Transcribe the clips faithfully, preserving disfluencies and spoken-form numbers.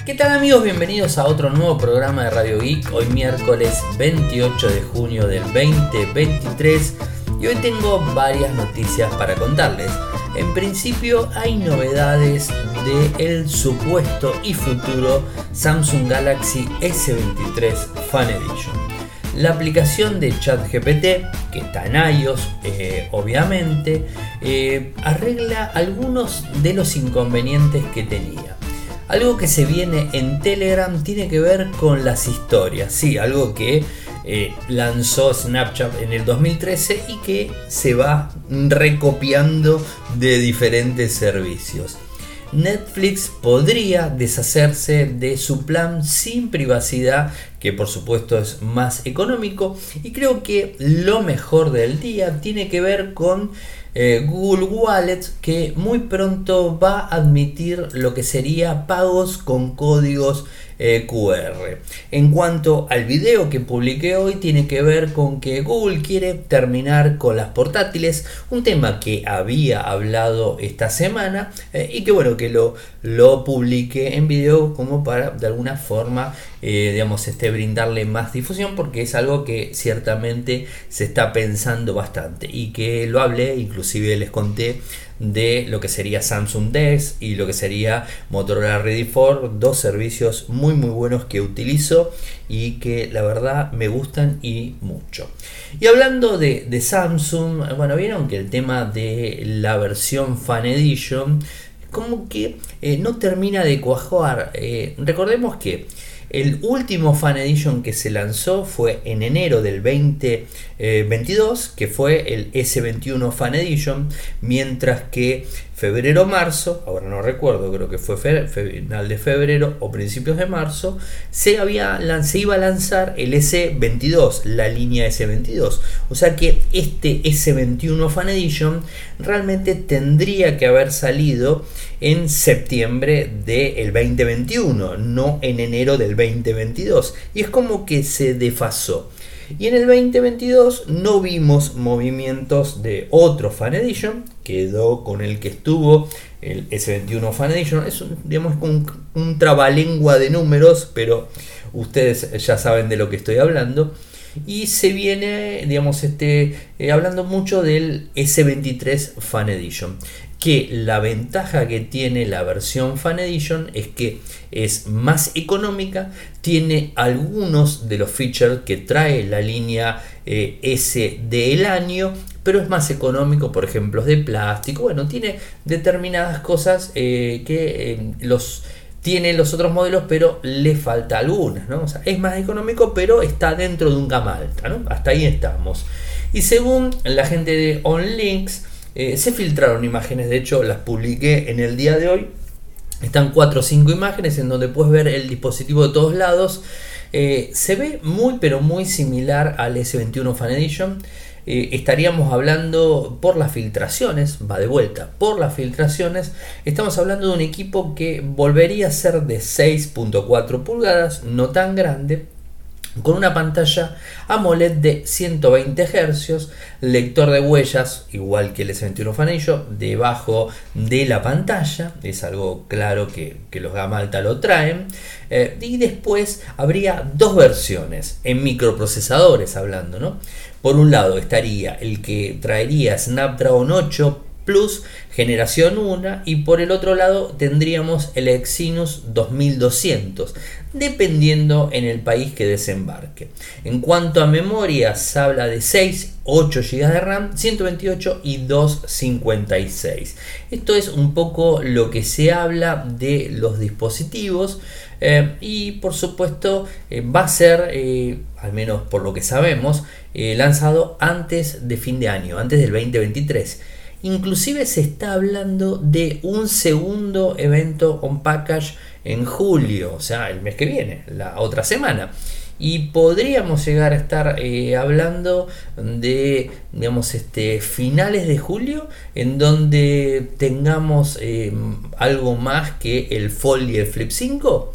¿Qué tal amigos? Bienvenidos a otro nuevo programa de Radio Geek. Hoy miércoles veintiocho de junio del veinte veintitrés y hoy tengo varias noticias para contarles. En principio hay novedades del supuesto y futuro Samsung Galaxy S veintitrés Fan Edition. La aplicación de ChatGPT, que está en iOS, eh, obviamente, eh, arregla algunos de los inconvenientes que tenía. Algo que se viene en Telegram tiene que ver con las historias, sí, algo que eh, lanzó Snapchat en el dos mil trece y que se va recopiando de diferentes servicios. Netflix podría deshacerse de su plan sin privacidad, que por supuesto es más económico, y creo que lo mejor del día tiene que ver con eh, Google Wallet, que muy pronto va a admitir lo que sería pagos con códigos eh, Q R. En cuanto al video que publiqué hoy, tiene que ver con que Google quiere terminar con las portátiles, un tema que había hablado esta semana eh, y que bueno, que lo, lo publiqué en video como para de alguna forma eh, digamos, este, brindarle más difusión, porque es algo que ciertamente se está pensando bastante y que lo hablé, inclusive les conté de lo que sería Samsung Dex y lo que sería Motorola Ready for, dos servicios muy muy buenos que utilizo y que la verdad me gustan y mucho. Y hablando de, de Samsung, bueno, vieron que el tema de la versión Fan Edition como que eh, no termina de cuajar. Eh, recordemos que el último Fan Edition que se lanzó fue en enero del veinte veintidós, que fue el S veintiuno Fan Edition, mientras que febrero-marzo, ahora no recuerdo, creo que fue fe, final de febrero o principios de marzo, se, había, se iba a lanzar el S veintidós, la línea S veintidós. O sea que este S veintiuno Fan Edition realmente tendría que haber salido en septiembre del veinte veintiuno, no en enero del veinte veintidós. Y es como que se desfasó. Y en el veinte veintidós no vimos movimientos de otro Fan Edition, quedó con el que estuvo el S veintiuno Fan Edition. Es un, digamos, un, un trabalengua de números, pero ustedes ya saben de lo que estoy hablando. Y se viene, digamos, este, eh, hablando mucho del S veintitrés Fan Edition, que la ventaja que tiene la versión Fan Edition es que es más económica, tiene algunos de los features que trae la línea eh, S del año, pero es más económico, por ejemplo, de plástico. Bueno, tiene determinadas cosas eh, que eh, los tienen los otros modelos, pero le falta algunas, ¿no? O sea, es más económico, pero está dentro de un gama alta, ¿no? Hasta ahí estamos. Y según la gente de OnLinks, Eh, se filtraron imágenes, de hecho las publiqué en el día de hoy. Están cuatro o cinco imágenes en donde puedes ver el dispositivo de todos lados. Eh, se ve muy pero muy similar al S veintiuno Fan Edition. Eh, estaríamos hablando por las filtraciones, va de vuelta, por las filtraciones, estamos hablando de un equipo que volvería a ser de seis punto cuatro pulgadas, no tan grande, con una pantalla AMOLED de ciento veinte hercios, lector de huellas igual que el S veintiuno Fan Edition debajo de la pantalla, es algo claro que, que los gama alta lo traen, eh, y después habría dos versiones en microprocesadores hablando, ¿no? Por un lado estaría el que traería Snapdragon ocho Plus generación uno y por el otro lado tendríamos el Exynos dos mil doscientos, dependiendo en el país que desembarque. En cuanto a memoria, se habla de seis, ocho gigas de RAM, ciento veintiocho y doscientos cincuenta y seis. Esto es un poco lo que se habla de los dispositivos eh, y por supuesto eh, va a ser, eh, al menos por lo que sabemos, eh, lanzado antes de fin de año, antes del veinte veintitrés. Inclusive se está hablando de un segundo evento on package en julio, o sea, el mes que viene, la otra semana. Y podríamos llegar a estar eh, hablando de, digamos, este, finales de julio, en donde tengamos eh, algo más que el Fold y el Flip cinco,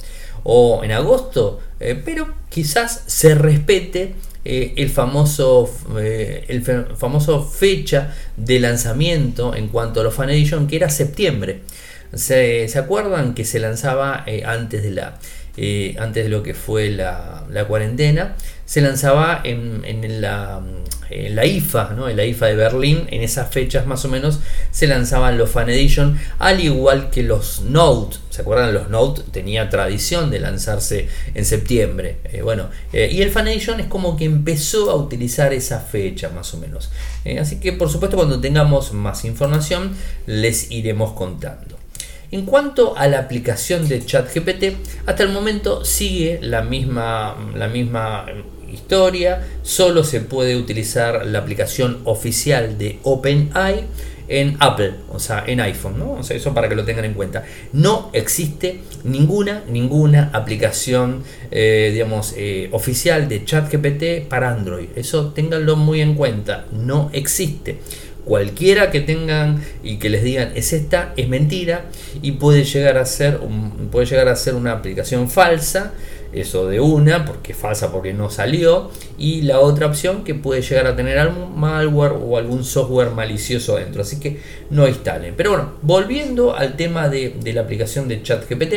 o en agosto, eh, pero quizás se respete Eh, el famoso eh, el famoso fecha de lanzamiento en cuanto a los Fan Edition, que era septiembre. ¿Se, ¿se acuerdan que se lanzaba eh, antes de la eh, antes de lo que fue la, la cuarentena? Se lanzaba en, en, la, en la I F A, ¿no? En la I F A de Berlín. En esas fechas más o menos se lanzaban los Fan Edition, al igual que los Note. ¿Se acuerdan? Los Note tenía tradición de lanzarse en septiembre. Eh, bueno, eh, y el Fan Edition es como que empezó a utilizar esa fecha más o menos. Eh, así que por supuesto, cuando tengamos más información les iremos contando. En cuanto a la aplicación de ChatGPT, hasta el momento sigue la misma, la misma historia. Solo se puede utilizar la aplicación oficial de OpenAI en Apple, o sea, en iPhone, ¿no? O sea, eso para que lo tengan en cuenta. No existe ninguna, ninguna aplicación, eh, digamos, eh, oficial de ChatGPT para Android. Eso ténganlo muy en cuenta. No existe. Cualquiera que tengan y que les digan es esta, es mentira, y puede llegar a ser un, puede llegar a ser una aplicación falsa. Eso de una, porque es falsa porque no salió, y la otra opción que puede llegar a tener algún malware o algún software malicioso dentro, así que no instalen. Pero bueno, volviendo al tema de, de la aplicación de ChatGPT,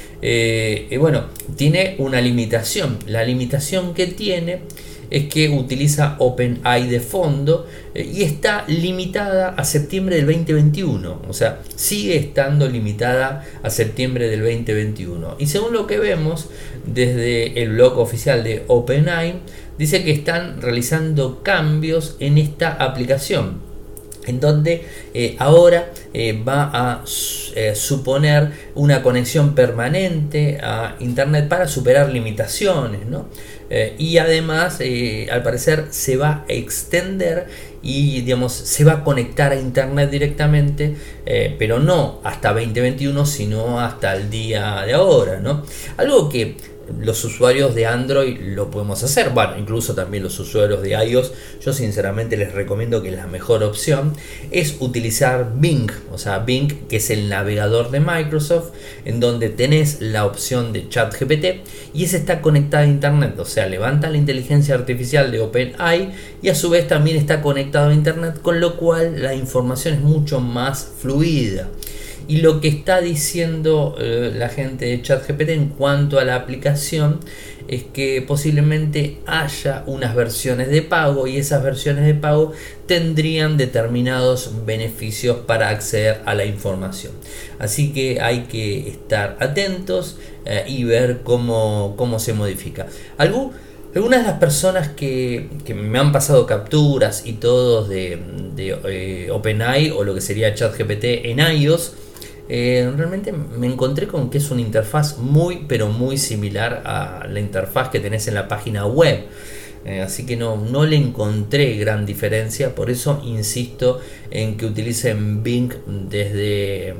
eh, eh, bueno, tiene una limitación. La limitación que tiene es que utiliza OpenAI de fondo eh, y está limitada a septiembre del veinte veintiuno, o sea, sigue estando limitada a septiembre del veinte veintiuno. Y según lo que vemos desde el blog oficial de OpenAI, dice que están realizando cambios en esta aplicación, en donde eh, ahora eh, va a eh, suponer una conexión permanente a internet para superar limitaciones, ¿no? Eh, y además, eh, al parecer, se va a extender y, digamos, se va a conectar a internet directamente, eh, pero no hasta veinte veintiuno, sino hasta el día de ahora, ¿no? Algo que los usuarios de Android lo podemos hacer, bueno, incluso también los usuarios de iOS. Yo sinceramente les recomiendo que la mejor opción es utilizar Bing, o sea, Bing, que es el navegador de Microsoft, en donde tenés la opción de ChatGPT y ese está conectado a internet, o sea, levanta la inteligencia artificial de OpenAI y a su vez también está conectado a internet, con lo cual la información es mucho más fluida. Y lo que está diciendo eh, la gente de ChatGPT en cuanto a la aplicación es que posiblemente haya unas versiones de pago, y esas versiones de pago tendrían determinados beneficios para acceder a la información. Así que hay que estar atentos eh, y ver cómo, cómo se modifica. ¿Algún? Algunas de las personas que, que me han pasado capturas y todos de, de eh, OpenAI o lo que sería ChatGPT en iOS, Eh, realmente me encontré con que es una interfaz muy pero muy similar a la interfaz que tenés en la página web, eh, así que no, no le encontré gran diferencia. Por eso insisto en que utilicen Bing desde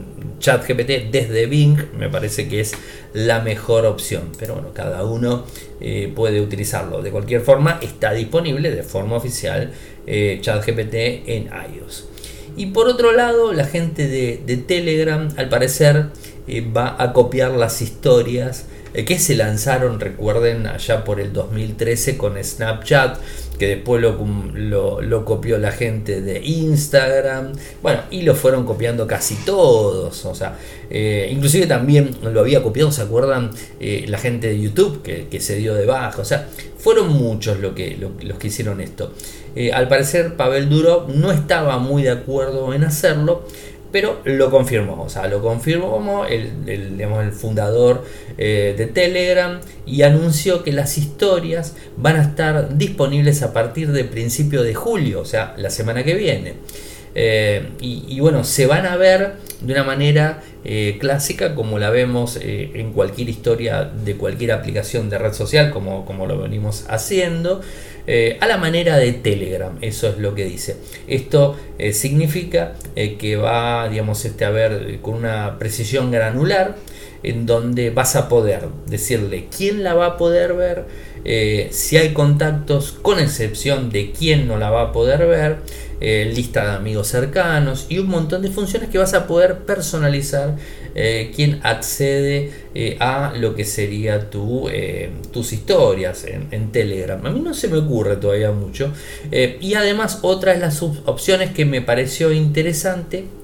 ChatGPT desde Bing. Me parece que es la mejor opción, pero bueno, cada uno eh, puede utilizarlo. De cualquier forma, está disponible de forma oficial eh, ChatGPT en iOS. Y por otro lado, la gente de, de Telegram, al parecer, eh, va a copiar las historias eh, que se lanzaron, recuerden, allá por el dos mil trece con Snapchat, que después lo, lo, lo copió la gente de Instagram. Bueno, y lo fueron copiando casi todos. O sea, eh, inclusive también lo había copiado, ¿se acuerdan? Eh, la gente de YouTube que, que se dio de baja. O sea, fueron muchos lo que, lo, los que hicieron esto. Eh, al parecer Pavel Durov no estaba muy de acuerdo en hacerlo, pero lo confirmó, o sea, lo confirmó el, el, digamos, el fundador eh, de Telegram, y anunció que las historias van a estar disponibles a partir de principio de julio, o sea, la semana que viene. Eh, y, y bueno, se van a ver de una manera eh, clásica, como la vemos eh, en cualquier historia de cualquier aplicación de red social, como, como lo venimos haciendo, eh, a la manera de Telegram. Eso es lo que dice. Esto eh, significa eh, que va, digamos, este, a ver con una precisión granular, en donde vas a poder decirle quién la va a poder ver, eh, si hay contactos, con excepción de quién no la va a poder ver, eh, lista de amigos cercanos y un montón de funciones que vas a poder personalizar eh, quien accede eh, a lo que sería tu, eh, tus historias en, en Telegram. A mí no se me ocurre todavía mucho. Eh, y además, otra de las opciones que me pareció interesante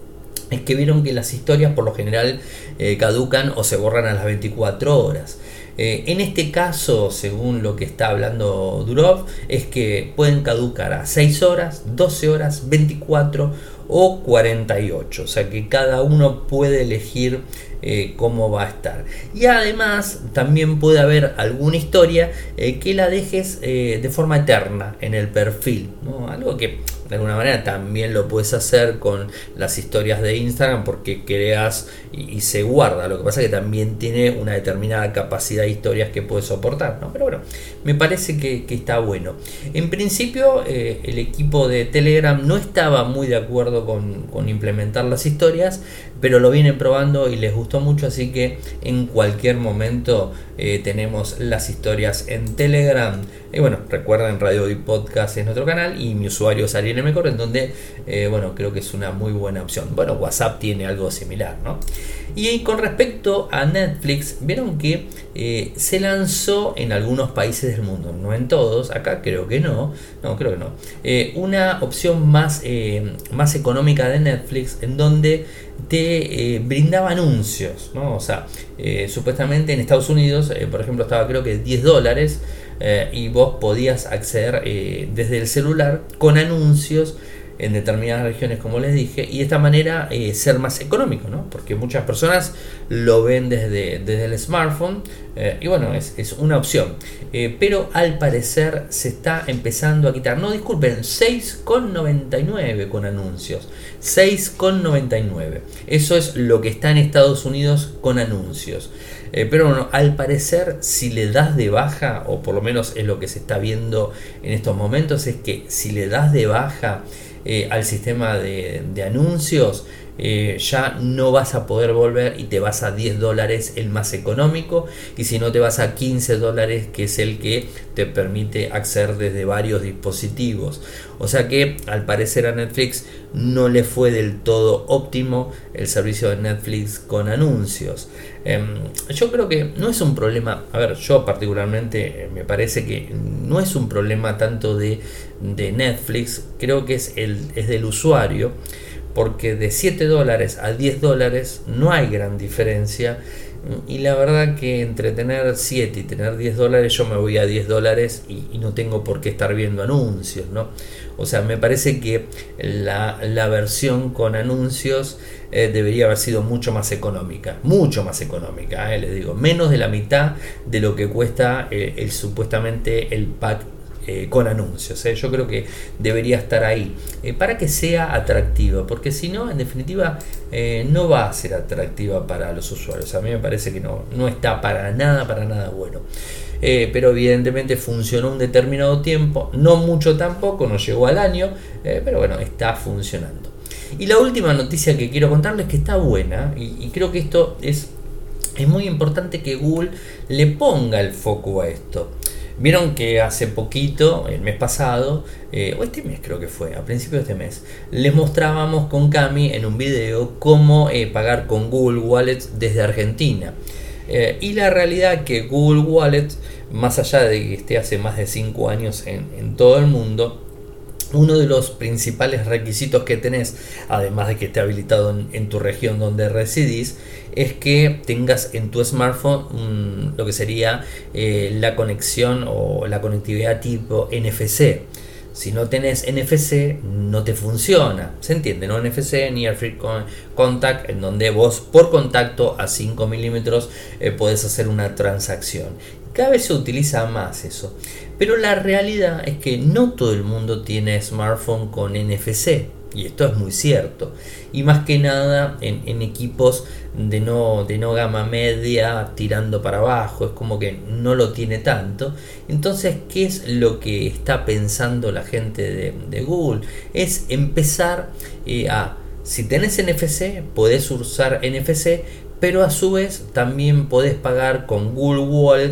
es que vieron que las historias por lo general eh, caducan o se borran a las veinticuatro horas. Eh, en este caso, según lo que está hablando Durov, es que pueden caducar a seis horas, doce horas, veinticuatro o cuarenta y ocho. O sea que cada uno puede elegir eh, cómo va a estar. Y además también puede haber alguna historia eh, que la dejes eh, de forma eterna en el perfil, ¿no? Algo que de alguna manera también lo puedes hacer con las historias de Instagram, porque creas y, y se guarda. Lo que pasa es que también tiene una determinada capacidad de historias que puede soportar, ¿no? Pero bueno, me parece que, que está bueno. En principio eh, el equipo de Telegram no estaba muy de acuerdo con, con implementar las historias, pero lo vienen probando y les gustó mucho, así que en cualquier momento eh, tenemos las historias en Telegram. Y bueno, recuerden, Radio y Podcast es nuestro canal y mi usuario es Ariel M. Cor, en donde eh, bueno, creo que es una muy buena opción. Bueno, WhatsApp tiene algo similar, ¿no? Y con respecto a Netflix, vieron que eh, se lanzó en algunos países del mundo, no en todos, acá creo que no, no creo que no, eh, una opción más, eh, más económica de Netflix, en donde te eh, brindaba anuncios, ¿no? O sea, eh, supuestamente en Estados Unidos, eh, por ejemplo, estaba creo que diez dólares eh, y vos podías acceder eh, desde el celular con anuncios en determinadas regiones, como les dije, y de esta manera eh, ser más económico, ¿no? Porque muchas personas lo ven desde, desde el smartphone eh, y bueno, es, es una opción, eh, pero al parecer se está empezando a quitar. No, disculpen, seis con noventa y nueve con anuncios, seis con noventa y nueve, eso es lo que está en Estados Unidos con anuncios. Eh, pero bueno, al parecer, si le das de baja, o por lo menos es lo que se está viendo en estos momentos, es que si le das de baja eh, al sistema de, de anuncios, eh, ya no vas a poder volver y te vas a diez dólares, el más económico, y si no te vas a quince dólares, que es el que te permite acceder desde varios dispositivos. O sea que al parecer a Netflix no le fue del todo óptimo el servicio de Netflix con anuncios. Eh, yo creo que no es un problema, a ver, yo particularmente eh, me parece que no es un problema tanto de, de Netflix, creo que es, el, es del usuario, porque de siete dólares a diez dólares no hay gran diferencia. Y la verdad que entre tener siete y tener diez dólares, yo me voy a diez dólares y, y no tengo por qué estar viendo anuncios, ¿no? O sea, me parece que la, la versión con anuncios eh, debería haber sido mucho más económica, mucho más económica, eh, les digo, menos de la mitad de lo que cuesta eh, el supuestamente el pack Eh, con anuncios. ¿eh? Yo creo que debería estar ahí eh, para que sea atractiva, porque si no, en definitiva, eh, no va a ser atractiva para los usuarios. A mí me parece que no, no está para nada, para nada bueno. Eh, pero evidentemente funcionó un determinado tiempo, no mucho tampoco, no llegó al año, eh, pero bueno, está funcionando. Y la última noticia que quiero contarles, que está buena, y, y creo que esto es, es muy importante que Google le ponga el foco a esto. Vieron que hace poquito, el mes pasado, eh, o este mes creo que fue, a principios de este mes, les mostrábamos con Cami en un video cómo eh, pagar con Google Wallet desde Argentina. Eh, y la realidad es que Google Wallet, más allá de que esté hace más de cinco años en, en todo el mundo, uno de los principales requisitos que tenés, además de que esté habilitado en, en tu región donde residís, es que tengas en tu smartphone um, lo que sería eh, la conexión o la conectividad tipo N F C. Si no tenés N F C, no te funciona. ¿Se entiende? ¿No? N F C, Near Free Contact, en donde vos por contacto a cinco milímetros eh, podés hacer una transacción. Cada vez se utiliza más eso. Pero la realidad es que no todo el mundo tiene smartphone con N F C. Y esto es muy cierto. Y más que nada en, en equipos de no, de no gama media tirando para abajo. Es como que no lo tiene tanto. Entonces, ¿qué es lo que está pensando la gente de, de Google? Es empezar eh, a... Si tenés N F C, podés usar N F C, pero a su vez también podés pagar con Google Wallet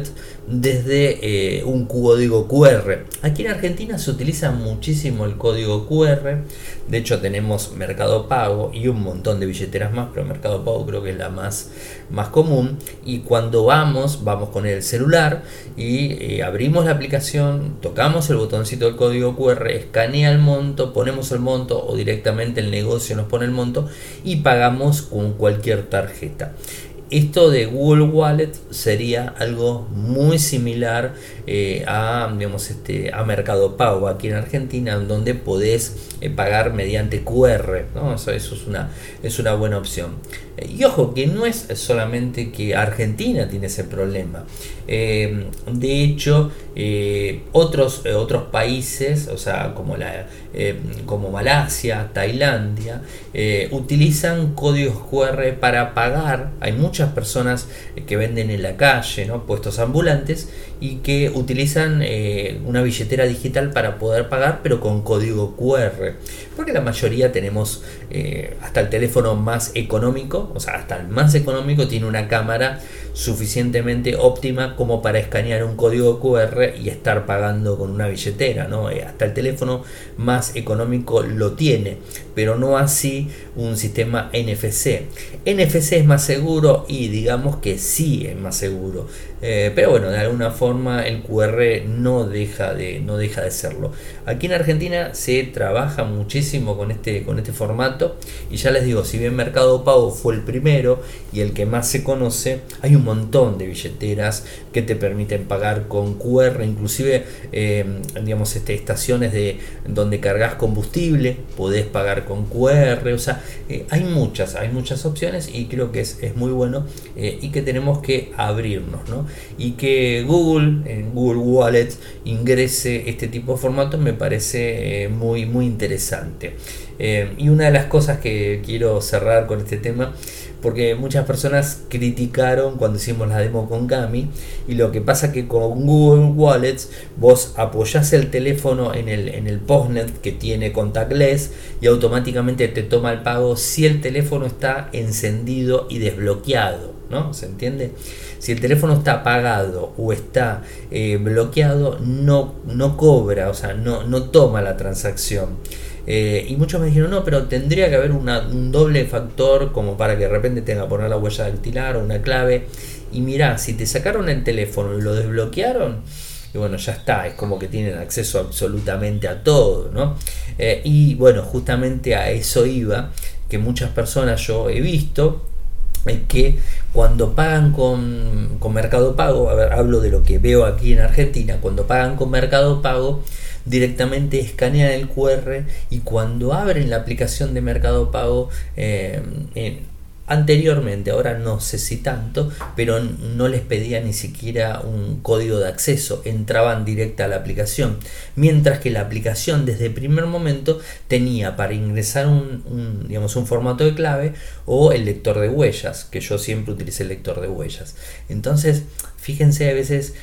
desde eh, un código Q R. Aquí en Argentina se utiliza muchísimo el código Q R. De hecho tenemos Mercado Pago y un montón de billeteras más, pero Mercado Pago creo que es la más, más común. Y cuando vamos, vamos con el celular y eh, abrimos la aplicación, tocamos el botoncito del código Q R, escanea el monto, ponemos el monto o directamente el negocio nos pone el monto y pagamos con cualquier tarjeta. Esto de Google Wallet sería algo muy similar eh, a, digamos, este, a Mercado Pago aquí en Argentina, donde podés eh, pagar mediante Q R, ¿no? Eso, eso es, una, es una buena opción. Eh, y ojo, que no es solamente que Argentina tiene ese problema. Eh, de hecho, eh, otros, eh, otros países, o sea, como, la, eh, como Malasia, Tailandia, eh, utilizan códigos Q R para pagar. Hay muchas personas que venden en la calle, ¿no? Puestos ambulantes y que utilizan eh, una billetera digital para poder pagar, pero con código Q R, porque la mayoría tenemos eh, hasta el teléfono más económico, o sea, hasta el más económico tiene una cámara suficientemente óptima como para escanear un código Q R y estar pagando con una billetera, ¿no? Eh, hasta el teléfono más económico lo tiene, pero no así un sistema N F C. N F C es más seguro y digamos que sí es más seguro, eh, pero bueno, de alguna forma el Q R no deja de, no deja de serlo. Aquí en Argentina se trabaja muchísimo con este, con este formato y ya les digo, si bien Mercado Pago fue el primero y el que más se conoce, hay un montón de billeteras que te permiten pagar con Q R, inclusive eh, digamos este, estaciones de donde cargas combustible, podés pagar con Q R, o sea, eh, hay muchas, hay muchas opciones y creo que es, es muy bueno eh, y que tenemos que abrirnos, ¿no? Y que Google, en Google Wallet, ingrese este tipo de formatos me parece eh, muy, muy interesante. Eh, y una de las cosas que quiero cerrar con este tema, porque muchas personas criticaron cuando hicimos la demo con Cami, y lo que pasa que con Google Wallets vos apoyás el teléfono en el, en el postnet que tiene contactless y automáticamente te toma el pago si el teléfono está encendido y desbloqueado, ¿no? ¿Se entiende? Si el teléfono está apagado o está eh, bloqueado, no, no cobra, o sea, no, no toma la transacción. Eh, y muchos me dijeron, no, pero tendría que haber una, un doble factor como para que de repente tenga que poner la huella dactilar o una clave. Y mirá, si te sacaron el teléfono y lo desbloquearon, y bueno, ya está, es como que tienen acceso absolutamente a todo, ¿no? Eh, y bueno, justamente a eso iba, que muchas personas yo he visto es que cuando pagan con, con Mercado Pago, a ver, hablo de lo que veo aquí en Argentina, cuando pagan con Mercado Pago, directamente escanean el Q R y cuando abren la aplicación de Mercado Pago, eh, eh, anteriormente, ahora no sé si tanto, pero no les pedía ni siquiera un código de acceso, entraban directa a la aplicación, mientras que la aplicación desde el primer momento tenía para ingresar un, un, digamos, un formato de clave o el lector de huellas, que yo siempre utilicé el lector de huellas. Entonces, fíjense a veces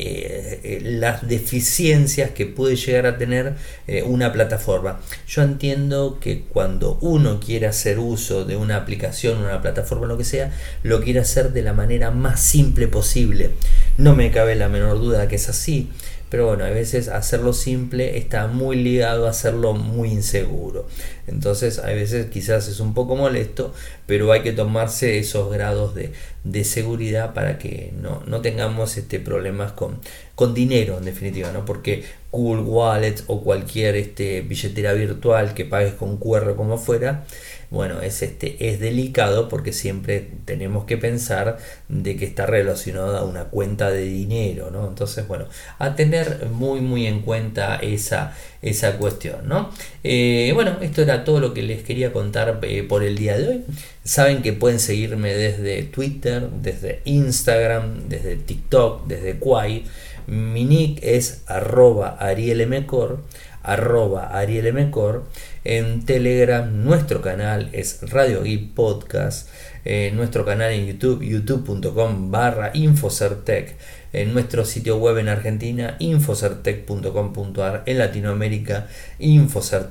eh, eh, las deficiencias que puede llegar a tener eh, una plataforma. Yo entiendo que cuando uno quiere hacer uso de una aplicación, una plataforma, lo que sea, lo quiere hacer de la manera más simple posible. No me cabe la menor duda que es así. Pero bueno, a veces hacerlo simple está muy ligado a hacerlo muy inseguro. Entonces a veces quizás es un poco molesto, pero hay que tomarse esos grados de, de seguridad para que no, no tengamos este, problemas con, con dinero en definitiva, ¿no? Porque Google Wallet o cualquier este, billetera virtual que pagues con Q R como fuera, bueno, es, este, es delicado porque siempre tenemos que pensar de que está relacionado a una cuenta de dinero, ¿no? Entonces, bueno, a tener muy muy en cuenta esa, esa cuestión, ¿no? Eh, bueno, esto era todo lo que les quería contar eh, por el día de hoy. Saben que pueden seguirme desde Twitter, desde Instagram, desde TikTok, desde Quai. Mi nick es arroba arielmcor, arroba arielmcor. En Telegram nuestro canal es Radio Geek Podcast. En nuestro canal en YouTube, youtube punto com barra infocertec. En nuestro sitio web en Argentina, infocertec punto com punto ar. En Latinoamérica,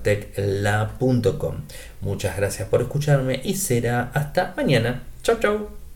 infocertecla punto com. Muchas gracias por escucharme y será hasta mañana. Chau chau.